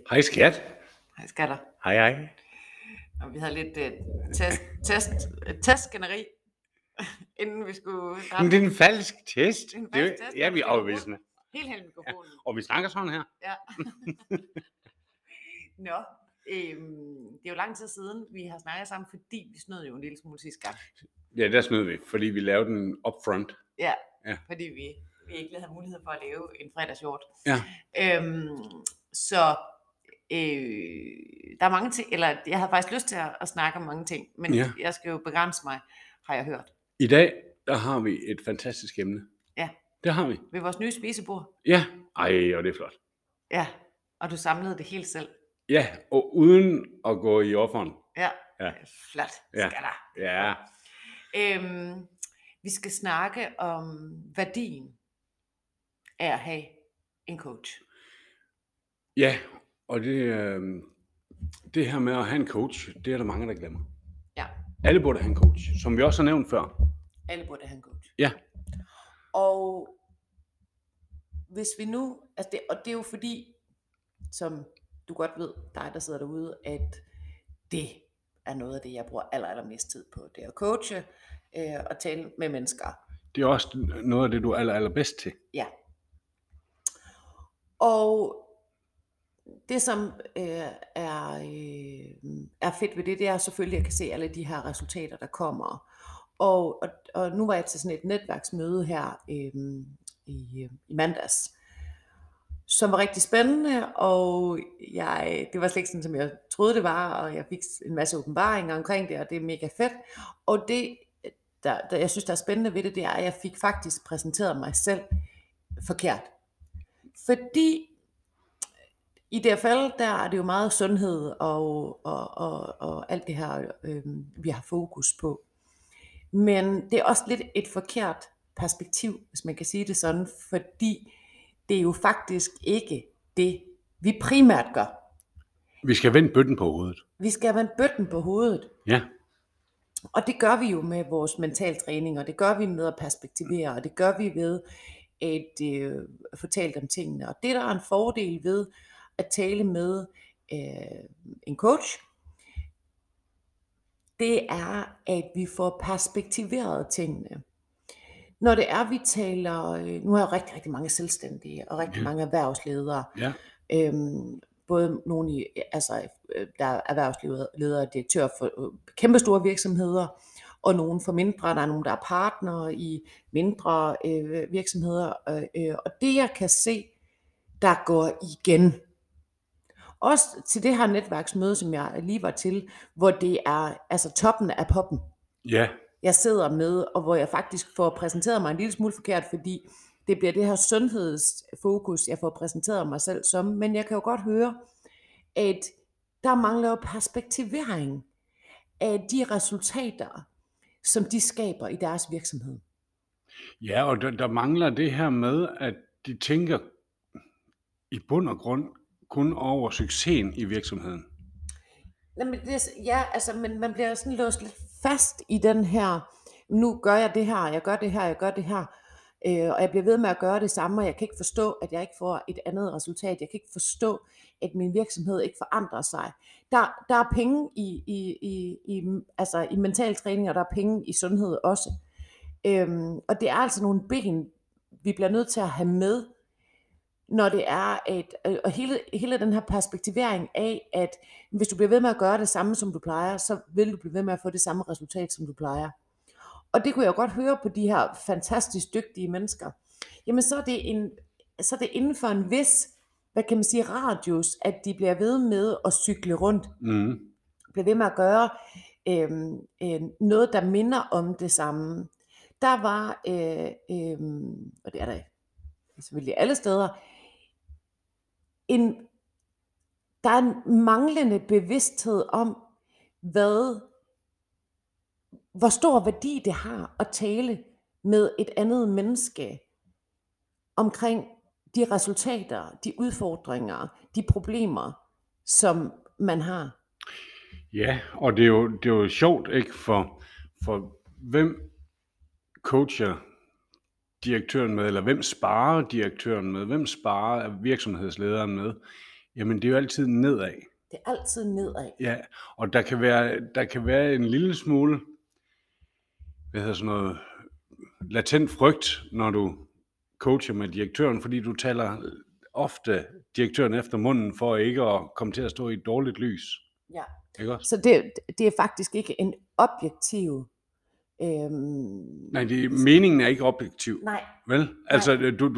Hej skat. Hej skatter. Hej. Og vi havde lidt testskænderi, inden vi skulle Men starte. det er en falsk test. Det er en falsk test, Ja, når vi du er skal overbevisende. Helt hen i mikrofonen. Og vi snakker sådan her. Ja. Nå, det er jo lang tid siden, vi har snakket sammen, fordi vi snød jo en lille smule sidste gang. Ja, der snød vi, fordi vi lavede den upfront. Ja, Ja. fordi vi ikke havde mulighed for at lave en fredagshjort. Ja. Så der er mange ting, eller jeg havde faktisk lyst til at snakke om mange ting, men Ja. jeg skal jo begrænse mig, har jeg hørt. I dag, der har vi et fantastisk emne. Ja. Det har vi. Ved vores nye spisebord. Ja. Ej, og det er flot. Ja, og du samlede det helt selv. Ja, og uden at gå i offeren. Ja, Ja. flot. Ja. Skal der. Ja. Vi skal snakke om værdien af at have en coach. Ja, og det her med at have en coach, det er der mange, der glemmer. Ja. Alle burde have en coach, som vi også har nævnt før. Alle burde have en coach. Ja. Og hvis vi nu, og det er jo fordi, som du godt ved, dig der sidder derude, at det er noget af det, jeg bruger allermest tid på. Det er at coache og tale med mennesker. Det er også noget af det, du er allerbedst til. Ja. Og det, som er fedt ved det er selvfølgelig, at jeg kan se alle de her resultater, der kommer. Og nu var jeg til sådan et netværksmøde her i mandags, som var rigtig spændende, og det var slet ikke sådan, som jeg troede, det var, og jeg fik en masse åbenbaringer omkring det, og det er mega fedt. Og det, der jeg synes, der er spændende ved det, det er, at jeg fik faktisk præsenteret mig selv forkert. Fordi i DFL, der er det jo meget sundhed og alt det her, vi har fokus på. Men det er også lidt et forkert perspektiv, hvis man kan sige det sådan, fordi det er jo faktisk ikke det, vi primært gør. Vi skal vende bøtten på hovedet. Vi skal vende bøtten på hovedet. Ja. Og det gør vi jo med vores mentaltræning, og det gør vi med at perspektivere, og det gør vi ved at fortælle dem tingene. Og det, der er en fordel ved at tale med en coach, det er, at vi får perspektiveret tingene. Når det er, vi taler, nu har jeg rigtig, rigtig mange selvstændige og rigtig mange erhvervsledere. Ja. Både nogle, der er erhvervsledere og direktører for kæmpestore virksomheder, og nogle for mindre. Der er nogle, der er partnere i mindre virksomheder. Og det, jeg kan se, der går igen. Også til det her netværksmøde, som jeg lige var til, hvor det er toppen af poppen. Ja. Jeg sidder med, og hvor jeg faktisk får præsenteret mig en lille smule forkert, fordi det bliver det her sundhedsfokus, jeg får præsenteret mig selv som. Men jeg kan jo godt høre, at der mangler jo perspektivering af de resultater, som de skaber i deres virksomhed. Ja, og der mangler det her med, at de tænker i bund og grund kun over succesen i virksomheden. Men man bliver sådan låst lidt fast i den her, nu gør jeg det her, jeg gør det her, og jeg bliver ved med at gøre det samme, og jeg kan ikke forstå, at jeg ikke får et andet resultat. Jeg kan ikke forstå, at min virksomhed ikke forandrer sig. Der er penge i mental træning, og der er penge i sundhed også. Og det er altså nogle ben, vi bliver nødt til at have med, når det er, og hele den her perspektivering af, at hvis du bliver ved med at gøre det samme, som du plejer, så vil du blive ved med at få det samme resultat, som du plejer. Og det kunne jeg godt høre på de her fantastisk dygtige mennesker. Jamen så er det inden for en vis, hvad kan man sige, radius, at de bliver ved med at cykle rundt. Bliver ved med at gøre noget, der minder om det samme. Der var, og det er der selvfølgelig alle steder, der er en manglende bevidsthed om, hvor stor værdi det har at tale med et andet menneske omkring de resultater, de udfordringer, de problemer, som man har. Ja, og det er jo sjovt, ikke? For hvem coacher direktøren med, eller hvem sparer direktøren med, hvem sparer virksomhedslederen med? Jamen, det er jo altid nedad. Det er altid nedad. Ja, og der kan være en lille smule, sådan noget, latent frygt, når du coacher med direktøren, fordi du taler ofte direktøren efter munden, for ikke at komme til at stå i et dårligt lys. Ja. Ikke også? Så det er faktisk ikke en objektiv... Nej, meningen er ikke objektiv. Nej. Vel? Altså,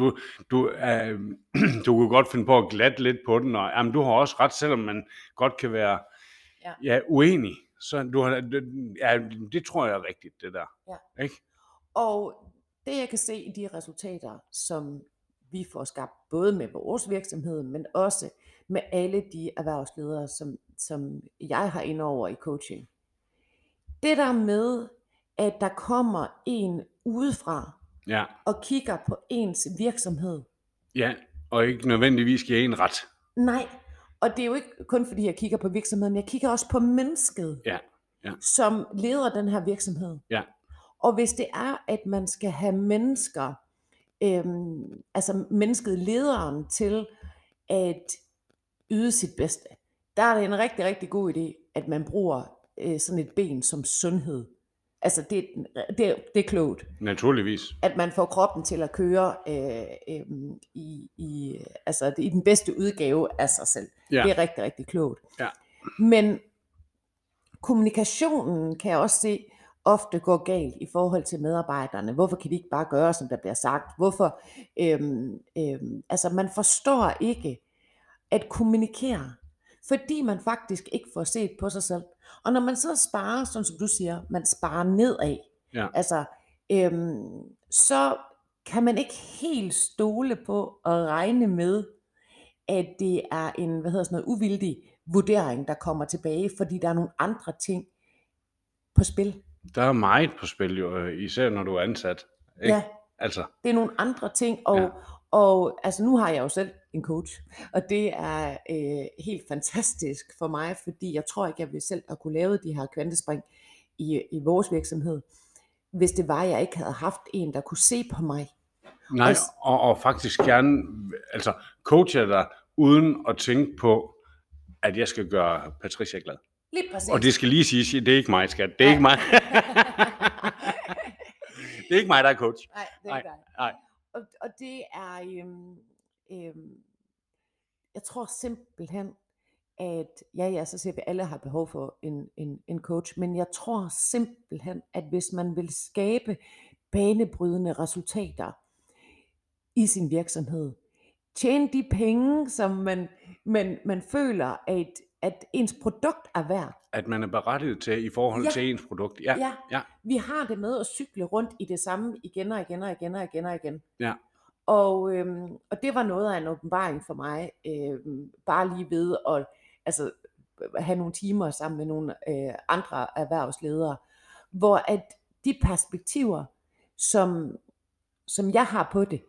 du kunne godt finde på at glatte lidt på den, og jamen, du har også ret, selvom man godt kan være uenig. Så det tror jeg er rigtigt, det der. Ja. Ikke? Og det jeg kan se i de resultater, som vi får skabt, både med vores virksomhed, men også med alle de erhvervsledere, som jeg har inde over i coaching. Det der med, at der kommer en udefra og kigger på ens virksomhed. Ja, og ikke nødvendigvis giver en ret. Nej, og det er jo ikke kun fordi jeg kigger på virksomheden, jeg kigger også på mennesket, som leder den her virksomhed. Ja. Og hvis det er, at man skal have mennesker, altså mennesket, lederen, til at yde sit bedste, der er det en rigtig, rigtig god idé, at man bruger sådan et ben som sundhed. Altså det er klogt. Naturligvis. At man får kroppen til at køre i den bedste udgave af sig selv. Ja. Det er rigtig, rigtig klogt. Ja. Men kommunikationen kan jeg også se ofte gå galt i forhold til medarbejderne. Hvorfor kan de ikke bare gøre, som der bliver sagt? Hvorfor? Altså man forstår ikke at kommunikere, fordi man faktisk ikke får set på sig selv. Og når man så sparer, sådan som du siger, man sparer nedad, altså, så kan man ikke helt stole på at regne med, at det er en uvildig vurdering, der kommer tilbage, fordi der er nogle andre ting på spil. Der er meget på spil, jo, især når du er ansat. Ikke? Ja, altså. Det er nogle andre ting, og altså nu har jeg jo selv en coach, og det er helt fantastisk for mig, fordi jeg tror ikke, jeg ville selv have kunne lave de her kvantespring i vores virksomhed, hvis det var, jeg ikke havde haft en, der kunne se på mig. Nej, og faktisk gerne coache dig, uden at tænke på, at jeg skal gøre Patricia glad. Lige præcis. Og det skal lige siges, det er ikke mig, skat. Det er ikke mig. Det er ikke mig, der er coach. Nej, det er ikke dig. Nej. Og det er, jeg tror simpelthen, at så siger vi, at alle har behov for en coach, men jeg tror simpelthen, at hvis man vil skabe banebrydende resultater i sin virksomhed, tjene de penge, som man føler, at ens produkt er værd. At man er berettiget til i forhold til ens produkt. Ja. Vi har det med at cykle rundt i det samme igen og igen og igen og igen og igen. Ja. Og det var noget af en åbenbaring for mig, bare lige ved at have nogle timer sammen med nogle andre erhvervsledere, hvor at de perspektiver, som jeg har på det,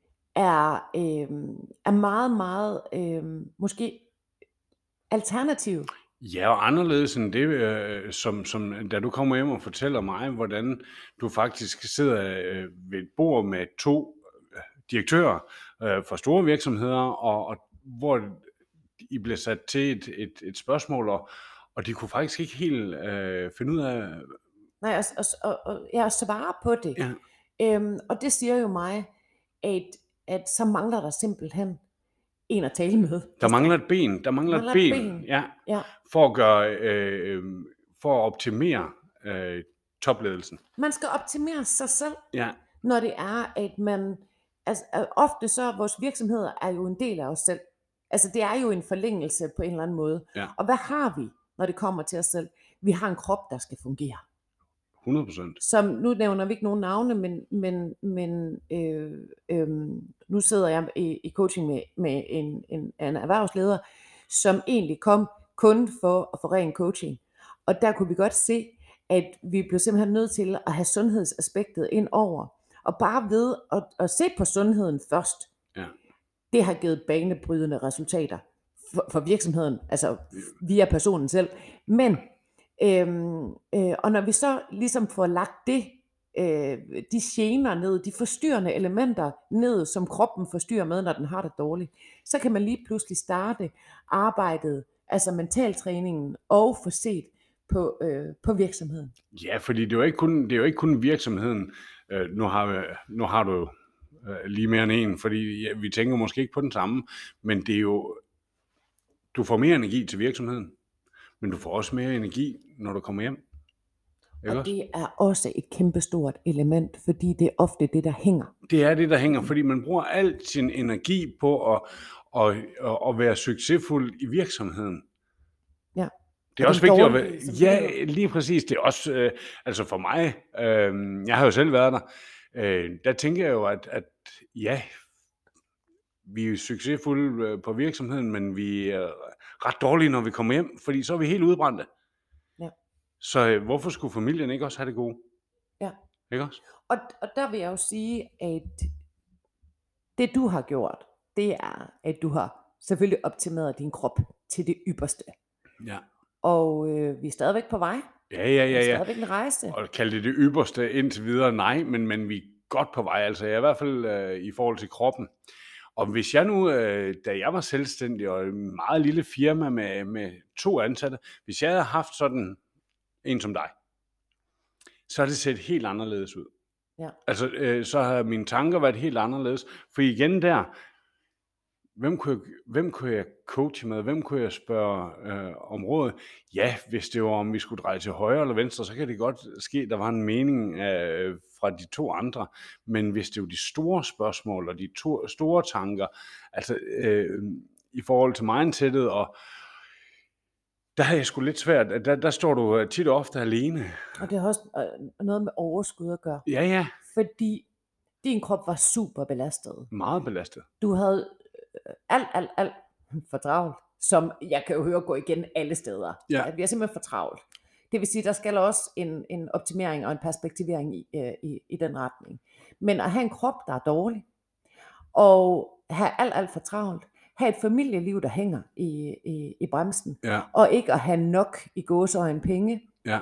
er meget, meget måske alternativ. Ja, og anderledes end det, som da du kommer hjem og fortæller mig, hvordan du faktisk sidder ved et bord med 2 direktører for store virksomheder, og hvor I blev sat til et spørgsmål, og de kunne faktisk ikke helt finde ud af... Nej, og jeg svarer på det. Ja. Og det siger jo mig, at så mangler der simpelthen en at tale med. Der mangler et ben. Der mangler et ben. Ja. For at gøre, for at optimere topledelsen. Man skal optimere sig selv, ja. Når det er, at man... ofte så vores virksomheder er jo en del af os selv. Altså det er jo en forlængelse på en eller anden måde. Ja. Og hvad har vi, når det kommer til os selv? Vi har en krop, der skal fungere. 100%. Som, nu nævner vi ikke nogen navne, men nu sidder jeg i coaching med en erhvervsleder, som egentlig kom kun for at få ren coaching. Og der kunne vi godt se, at vi blev simpelthen nødt til at have sundhedsaspektet ind over. Og bare ved at se på sundheden først, det har givet banebrydende resultater for virksomheden, altså via personen selv. Men, og når vi så ligesom får lagt det de gener ned, de forstyrrende elementer ned, som kroppen forstyrrer med, når den har det dårligt. Så kan man lige pludselig starte arbejdet, altså mentaltræningen, og få set på virksomheden. Ja, fordi det er jo ikke kun virksomheden. Nu har du jo lige mere end en, fordi vi tænker måske ikke på den samme, men det er jo, du får mere energi til virksomheden, men du får også mere energi, når du kommer hjem. Ikke Og også? det er også et kæmpestort element, fordi det er ofte det, der hænger. Det er det, der hænger, fordi man bruger al sin energi på at være succesfuld i virksomheden. Ja. Det er Og også den vigtigt at være... dårlige Ja, samvittighed. lige præcis. Det er også... altså for mig, jeg har jo selv været der, der tænker jeg jo, at ja, vi er succesfulde på virksomheden, men vi er ret dårlige, når vi kommer hjem, fordi så er vi helt udbrændte. Ja. Så hvorfor skulle familien ikke også have det gode? Ja. Ikke også? Og der vil jeg jo sige, at det du har gjort, det er, at du har selvfølgelig optimeret din krop til det ypperste. Ja. Og vi er stadigvæk på vej. Det er Ja. stadigvæk en rejse. Og kalde det ypperste indtil videre, nej, men vi er godt på vej, altså jeg er i hvert fald i forhold til kroppen. Og hvis jeg nu, da jeg var selvstændig og et meget lille firma med 2 ansatte, hvis jeg havde haft sådan en som dig, så havde det set helt anderledes ud. Ja. Altså, så havde mine tanker været helt anderledes. For igen der, hvem kunne jeg coache med? Hvem kunne jeg spørge om råd? Ja, hvis det var, om vi skulle dreje til højre eller venstre, så kan det godt ske, der var en mening fra de 2 andre. Men hvis det var de store spørgsmål og de store tanker, altså i forhold til mindsetet, og der havde jeg sgu lidt svært. Der står du tit og ofte alene. Og det har også noget med overskud at gøre. Ja, Fordi din krop var super belastet. meget belastet. Du havde alt for travlt, som jeg kan jo høre gå igen alle steder. Ja. Det bliver simpelthen for travlt. Det vil sige, der skal også en optimering og en perspektivering i den retning. Men at have en krop, der er dårlig, og have alt for travlt, have et familieliv, der hænger i bremsen, Ja, og ikke at have nok i gåseøjne penge, ja.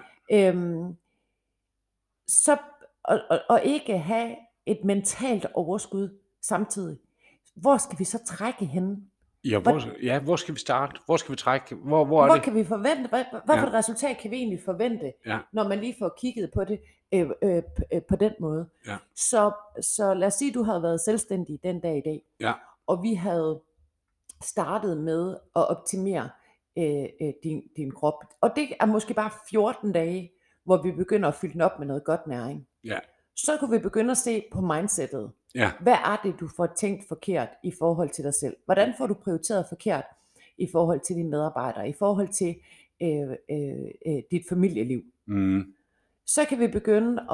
så, og ikke have et mentalt overskud samtidig. Hvor skal vi så trække henne? Ja, hvor skal vi starte? Hvor skal vi trække? Hvor er Hvor det? kan vi forvente? Hvad for et resultat kan vi egentlig forvente, Ja, når man lige får kigget på det på den måde? ja, Så lad os sige, at du havde været selvstændig den dag i dag, ja, og vi havde startet med at optimere din krop. Og det er måske bare 14 dage, hvor vi begynder at fylde den op med noget godt næring. ja, Så kunne vi begynde at se på mindsetet. ja, Hvad er det, du får tænkt forkert i forhold til dig selv? Hvordan får du prioriteret forkert i forhold til dine medarbejdere, i forhold til dit familieliv? Så kan vi begynde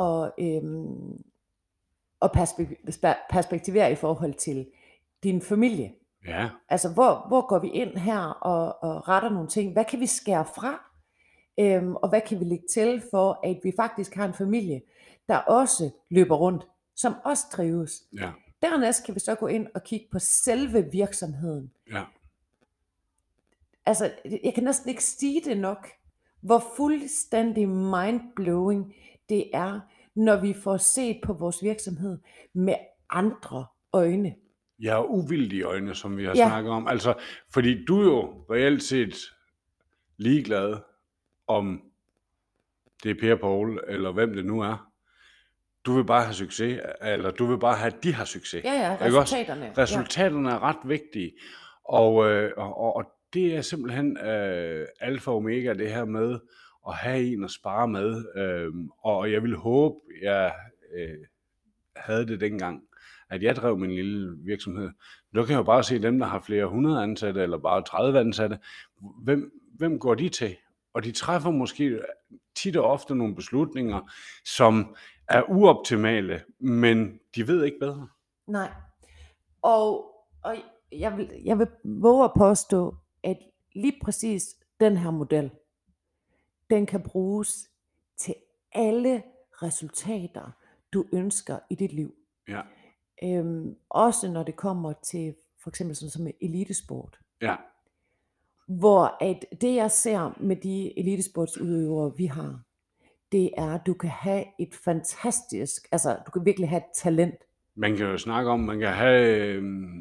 at perspektivere i forhold til din familie. ja, Altså, hvor går vi ind her og retter nogle ting? Hvad kan vi skære fra? Og hvad kan vi lægge til for, at vi faktisk har en familie, der også løber rundt, som også trives? ja, Dernæst kan vi så gå ind og kigge på selve virksomheden. ja, Altså, jeg kan næsten ikke sige det nok, hvor fuldstændig mindblowing det er, når vi får set på vores virksomhed med andre øjne. ja, uvildige øjne, som vi har Ja. snakket om. Altså, fordi du er jo reelt set ligeglad om det er Per Poul, eller hvem det nu er. Du vil bare have succes, eller du vil bare have, at de har succes. Ja, Ikke også? resultaterne. Ja. Resultaterne er ret vigtige, og det er simpelthen alfa og omega, det her med at have en at spare med, og jeg vil håbe, jeg havde det dengang, at jeg drev min lille virksomhed. Nu kan jeg jo bare se dem, der har flere 100 ansatte, eller bare 30 ansatte, hvem går de til? Og de træffer måske tit og ofte nogle beslutninger, som er uoptimale, men de ved ikke bedre. Nej. Og jeg vil våge at påstå, at lige præcis den her model, den kan bruges til alle resultater, du ønsker i dit liv. Ja, Også når det kommer til for eksempel sådan som elitesport. ja, Hvor at det jeg ser med de elitesportsudøvere vi har, det er, at du kan have et fantastisk, altså du kan virkelig have et talent. Man kan jo snakke om, man kan have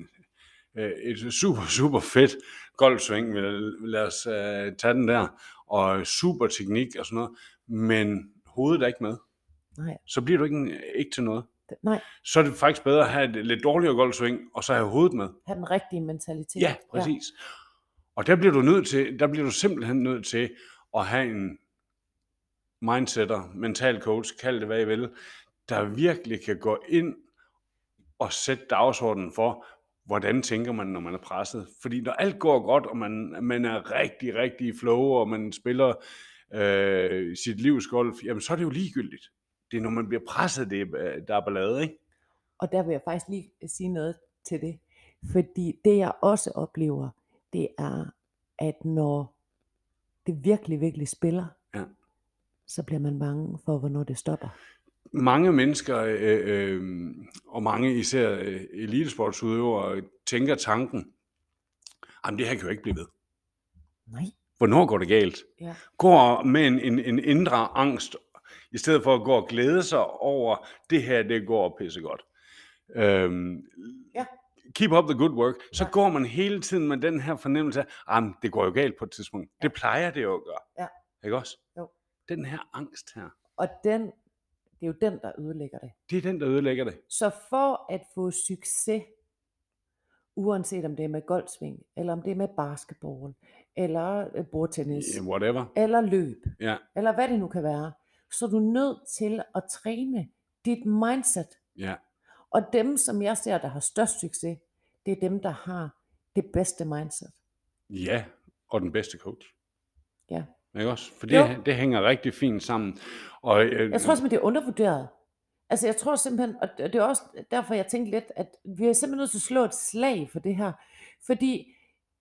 et super, super fedt golfsving, lad os tage den der, og super teknik og sådan noget, men hovedet er ikke med. Nej, Så bliver du ikke til noget. nej, Så er det faktisk bedre at have et lidt dårligere golfsving, og så have hovedet med. have den rigtige mentalitet. Ja, præcis. Og der bliver du simpelthen nødt til at have en mindsetter, mental coach, kald det hvad I vil, der virkelig kan gå ind og sætte dagsordenen for, hvordan tænker man, når man er presset. Fordi når alt går godt, og man er rigtig, rigtig i flow, og man spiller sit livs golf, jamen så er det jo ligegyldigt. Det er, når man bliver presset, der er ballade, ikke? Og der vil jeg faktisk lige sige noget til det. Fordi det jeg også oplever, det er, at når det virkelig, virkelig spiller, Ja. så bliver man bange for, hvornår det stopper. Mange mennesker, og mange især elitesportsudøvere, tænker tanken, jamen det her kan jo ikke blive ved. Nej. Hvornår går det galt? Ja. Går med en indre angst, i stedet for at gå og glæde sig over, det her, det går pissegodt. Ja. Keep up the good work. Så Ja. går man hele tiden med den her fornemmelse af, det går jo galt på et tidspunkt. Det plejer det jo at gøre. Ja. Ikke også? Jo. Den her angst her. Og det er jo den, der ødelægger det. Det er den, der ødelægger det. Så for at få succes, uanset om det er med golfsving, eller om det er med basketball, eller bordtennis, Whatever. eller løb, Ja. eller hvad det nu kan være, så er du nødt til at træne dit mindset. Ja. Og dem, som jeg ser, der har størst succes, det er dem, der har det bedste mindset. Ja, og den bedste coach. Ja. Ikke også? For Jo. det hænger rigtig fint sammen. Og, Jeg tror simpelthen, det er undervurderet. Altså jeg tror simpelthen, og det er også derfor, jeg tænkte lidt, at vi er simpelthen nødt til at slå et slag for det her. Fordi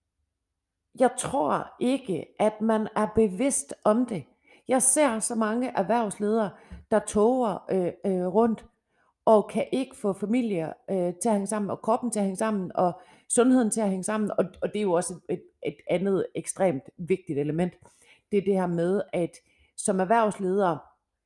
jeg tror ikke, at man er bevidst om det. Jeg ser så mange erhvervsledere, der toger rundt, og kan ikke få familier til at hænge sammen, og kroppen til at hænge sammen, og sundheden til at hænge sammen. Og det er jo også et andet ekstremt vigtigt element. Det er det her med, at som erhvervsledere,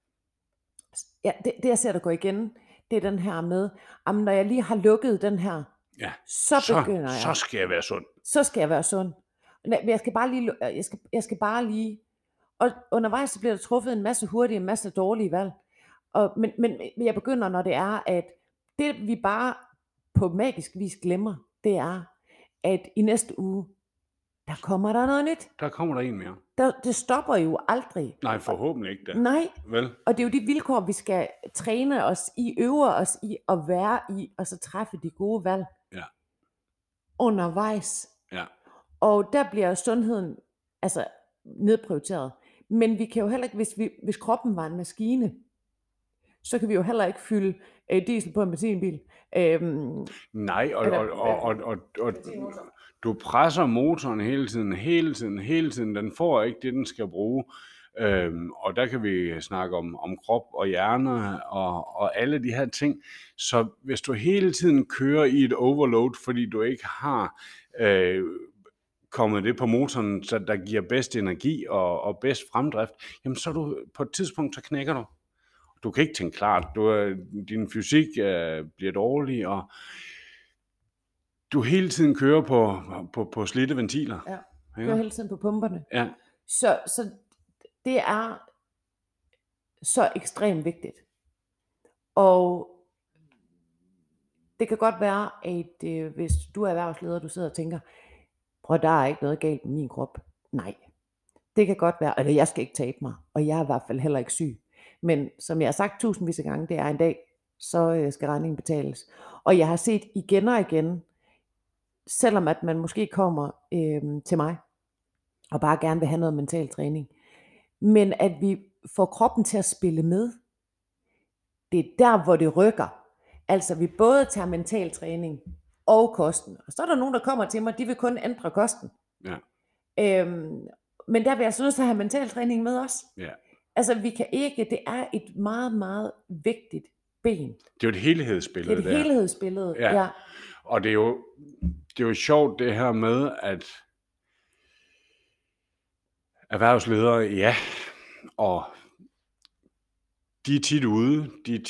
ja, det jeg ser, der går igen, det er den her med, når jeg lige har lukket den her, ja, så begynder jeg. Så skal jeg være sund. Så skal jeg være sund. Men jeg skal bare lige, og undervejs så bliver der truffet en masse hurtige, en masse dårlige valg. Men jeg begynder, når det er, at det vi bare på magisk vis glemmer, det er, at i næste uge, der kommer der noget nyt. Der kommer der en mere. Det stopper jo aldrig. Nej, forhåbentlig ikke da. Nej, Vel? og det er jo de vilkår, vi skal træne os i, øve os i at være i, og så træffe de gode valg. Ja. Undervejs. Ja. Og der bliver sundheden altså nedprioriteret. Men vi kan jo heller ikke, hvis kroppen var en maskine, så kan vi jo heller ikke fylde diesel på en benzinbil. Nej, og du presser motoren hele tiden. Den får ikke det, den skal bruge. Og der kan vi snakke om krop og hjerne og alle de her ting. Så hvis du hele tiden kører i et overload, fordi du ikke har kommet det på motoren, så der giver bedst energi og bedst fremdrift, jamen så du på et tidspunkt, så knækker du. Du kan ikke tænke klart. Din fysik bliver dårlig, og du hele tiden kører på slidte ventiler. Ja, kører hele tiden på pumperne. Ja. Så det er så ekstremt vigtigt. Og det kan godt være, at hvis du er erhvervsleder, du sidder og tænker, prøv, der er ikke noget galt med min krop. Nej, det kan godt være, eller jeg skal ikke tabe mig, og jeg er i hvert fald heller ikke syg. Men som jeg har sagt tusindvis af gange, det er en dag, så skal regningen betales. Og jeg har set igen og igen, selvom at man måske kommer til mig, og bare gerne vil have noget mental træning, men at vi får kroppen til at spille med, det er der, hvor det rykker. Altså vi både tager mental træning og kosten. Og så er der nogen, der kommer til mig, de vil kun ændre kosten. Ja. Men der vil jeg synes at have mental træning med os. Ja. Altså vi kan ikke, det er et meget, meget vigtigt ben. Det er jo et helhedsbillede. Det er et helhedsbillede, ja. Og det er jo sjovt det her med, at erhvervsledere, ja, og de er tit ude,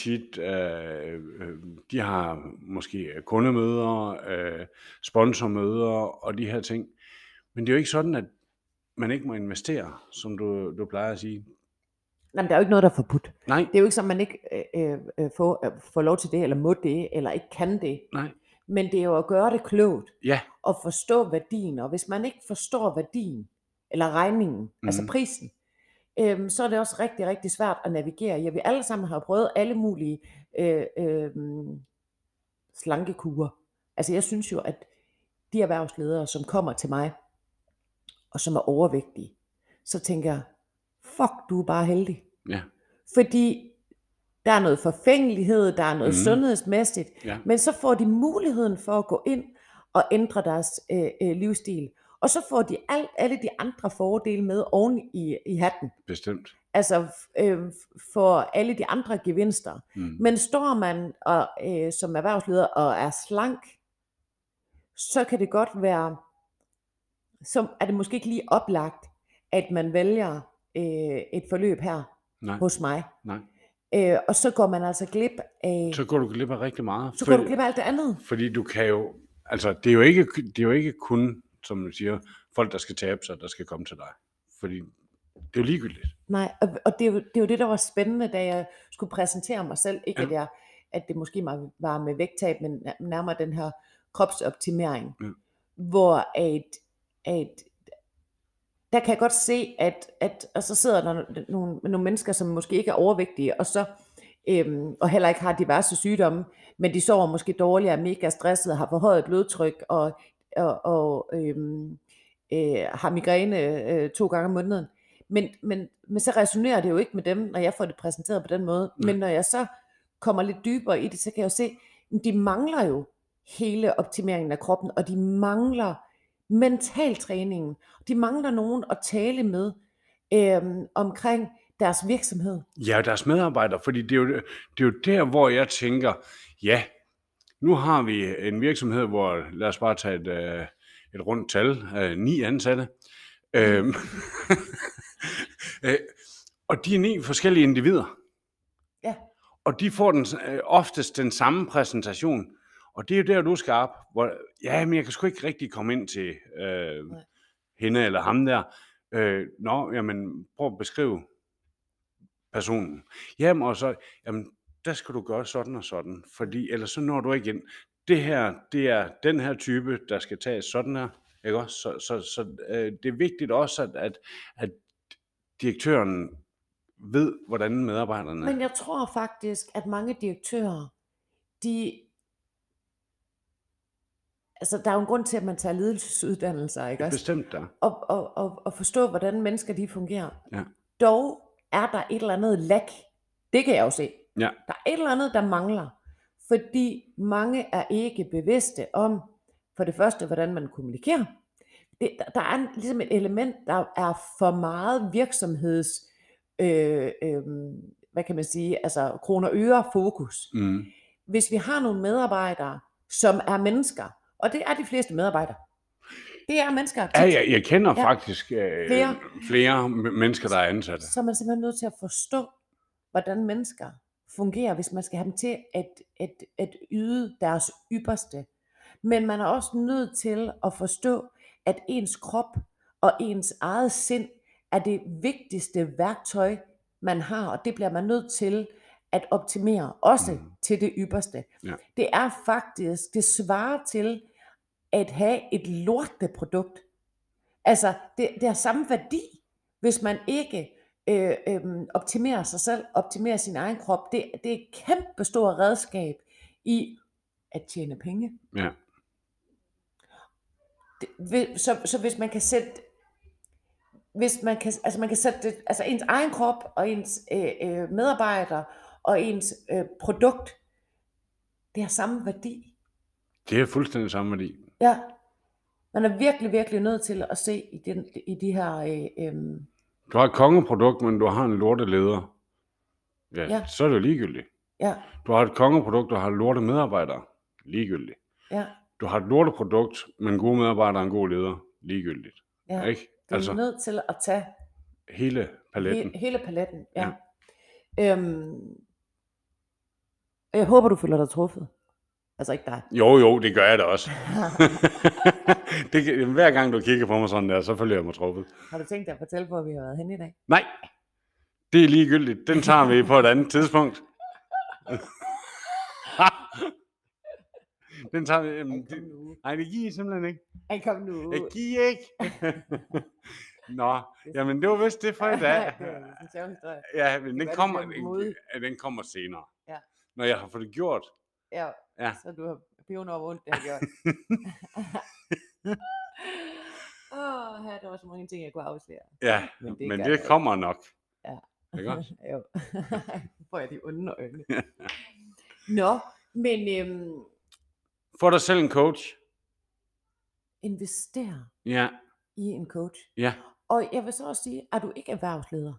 de har måske kundemøder, sponsormøder og de her ting. Men det er jo ikke sådan, at man ikke må investere, som du plejer at sige. Jamen, der er jo ikke noget, der er forbudt. Nej, Det er jo ikke sådan, man ikke får lov til det, eller må det, eller ikke kan det. nej, Men det er jo at gøre det klogt, ja, og forstå værdien. Og hvis man ikke forstår værdien, eller regningen, altså prisen, så er det også rigtig, rigtig svært at navigere i. Og vi alle sammen har prøvet alle mulige slankekurer. Altså jeg synes jo, at de erhvervsledere, som kommer til mig, og som er overvægtige, så tænker jeg, fuck, du er bare heldig. ja, Fordi der er noget forfængelighed, der er noget sundhedsmæssigt, ja. men så får de muligheden for at gå ind og ændre deres livsstil. Og så får de alle de andre fordele med oven i hatten. Bestemt. Altså for alle de andre gevinster. Men står man som erhvervsleder og er slank, så kan det godt være, så er det måske ikke lige oplagt, at man vælger et forløb her hos mig. Nej. Og så går man altså glip af... Så går du glip af rigtig meget. Så går du glip af alt det andet. Fordi du kan jo... Altså, det er jo ikke kun, som du siger, folk, der skal tabe sig, der skal komme til dig. Fordi det er jo ligegyldigt. Nej, og det er jo det, der var spændende, da jeg skulle præsentere mig selv. Ikke at det måske var med vægttab, men nærmere den her kropsoptimering. Hvor der kan jeg godt se, at og så sidder der nogle mennesker, som måske ikke er overvægtige, og så og heller ikke har diverse sygdomme, men de sover måske dårligere, er mega stressede, har forhøjet blodtryk og har migræne 2 gange om måneden. Men så resonerer det jo ikke med dem, når jeg får det præsenteret på den måde. Men når jeg så kommer lidt dybere i det, så kan jeg jo se, at de mangler jo hele optimeringen af kroppen, og de mangler mentaltræningen. De mangler nogen at tale med omkring deres virksomhed. Ja, deres medarbejdere, fordi det er jo der, hvor jeg tænker, ja, nu har vi en virksomhed, hvor, lad os bare tage et rundt tal, 9 ansatte, og de er 9 forskellige individer. Ja. Og de får oftest den samme præsentation, og det er jo der, du skal op, hvor, ja, men jeg kan sgu ikke rigtig komme ind til hende eller ham der. Jamen, prøv at beskrive personen. Jamen, og så, jamen, der skal du gøre sådan og sådan, fordi ellers så når du ikke ind. Det her, det er den her type, der skal tages sådan her, ikke også? Så det er vigtigt også, at direktøren ved, hvordan medarbejderne... Men jeg tror faktisk, at mange direktører, altså der er jo en grund til, at man tager ledelsesuddannelser, ikke også? Bestemt der. Og forstå, hvordan mennesker de fungerer. Ja. Dog er der et eller andet lack. Det kan jeg jo se. Ja. Der er et eller andet, der mangler. Fordi mange er ikke bevidste om, for det første, hvordan man kommunikerer. Der er ligesom et element, der er for meget virksomheds, hvad kan man sige, altså kroner og øre fokus. Hvis vi har nogle medarbejdere, som er mennesker, og det er de fleste medarbejdere. Det er mennesker. Ja, jeg kender faktisk flere mennesker, der er ansatte. Så er man simpelthen nødt til at forstå, hvordan mennesker fungerer, hvis man skal have dem til at yde deres ypperste. Men man er også nødt til at forstå, at ens krop og ens eget sind er det vigtigste værktøj, man har, og det bliver man nødt til at optimere, også til det ypperste. Ja. Det er faktisk, det svarer til at have et lorteprodukt. Altså, det har samme værdi, hvis man ikke optimerer sig selv, optimerer sin egen krop. Det er et kæmpe stort redskab i at tjene penge. Ja. Så hvis man kan sætte, man kan sætte det, altså ens egen krop og ens medarbejder og ens produkt, det har samme værdi. Det er fuldstændig samme værdi. Ja. Man er virkelig, virkelig nødt til at se i de her... Du har et kongeprodukt, men du har en lorteleder. Ja, så er det jo ligegyldigt. Ja. Du har et kongeprodukt, og har lorte medarbejdere. Ligegyldigt. Ja. Du har et lorteprodukt, men gode medarbejdere og en god leder. Ligegyldigt. Ja. Ikke? Du er nødt til at tage hele paletten. Hele paletten, ja. Og jeg håber, du føler dig truffet. Altså ikke dig. Jo, det gør jeg da også. Hver gang du kigger på mig sådan der, så føler jeg mig truffet. Har du tænkt dig at fortælle, hvor vi har været henne i dag? Nej, det er ligegyldigt. Den tager vi på et andet tidspunkt. Den tager vi... Nej, det giver I simpelthen ikke. Kom nu. Jeg giver ikke. Nå, jamen det var vist det for i dag. Det er en sjov historie. Ja, men den kommer senere. Ja. Når jeg har fået det gjort. Ja. Så du har peven over ondt, det har gjort. Her er der også mange ting, jeg kunne afsløre. Ja, men det kommer nok. Ja. Ikke også? Jo. Får jeg de onde øjne. Nå, men... Få dig selv en coach. Invester i en coach. Ja. Og jeg vil så også sige, er du ikke erhvervsleder?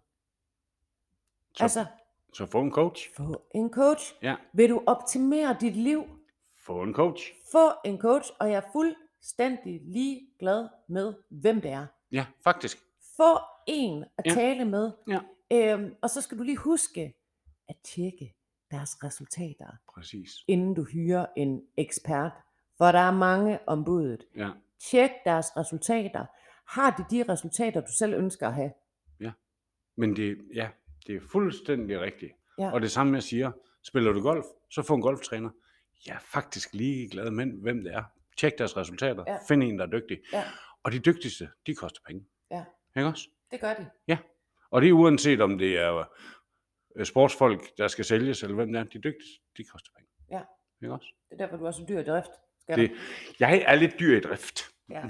Så få en coach. Få en coach. Ja. Vil du optimere dit liv? Få en coach. Få en coach, og jeg er fuldstændig ligeglad med, hvem det er. Ja, faktisk. Få en at tale med. Ja. Og så skal du lige huske at tjekke deres resultater. Præcis. Inden du hyrer en ekspert. For der er mange om budet. Ja. Tjek deres resultater. Har de resultater, du selv ønsker at have? Ja. Men det er fuldstændig rigtigt. Ja. Og det samme jeg siger, spiller du golf, så få en golftræner. Jeg er faktisk ligeglad med, hvem det er. Tjek deres resultater. Ja. Find en, der er dygtig. Ja. Og de dygtigste, de koster penge. Ja. Ikke også? Det gør de. Ja. Og det er uanset om det er sportsfolk, der skal sælges, eller hvem det er. De dygtigste, de koster penge. Ja. Ikke også? Det er derfor, du er så dyr i drift. Jeg er lidt dyr i drift. Ja.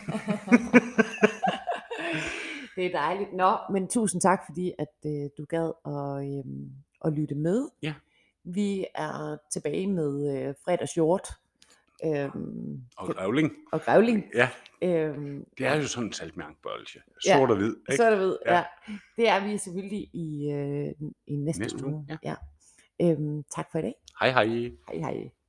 Det er dejligt. Nå, men tusind tak, fordi at du gad at lytte med. Ja. Vi er tilbage med fredagshjort. Og grævling. Og grævling. Ja. Det er jo sådan en saltmærkbolje. Sort og hvid. Ikke? Sort og hvid, ja. Det er vi selvfølgelig i næste uge. Ja. Tak for i dag. Hej hej. Hej hej.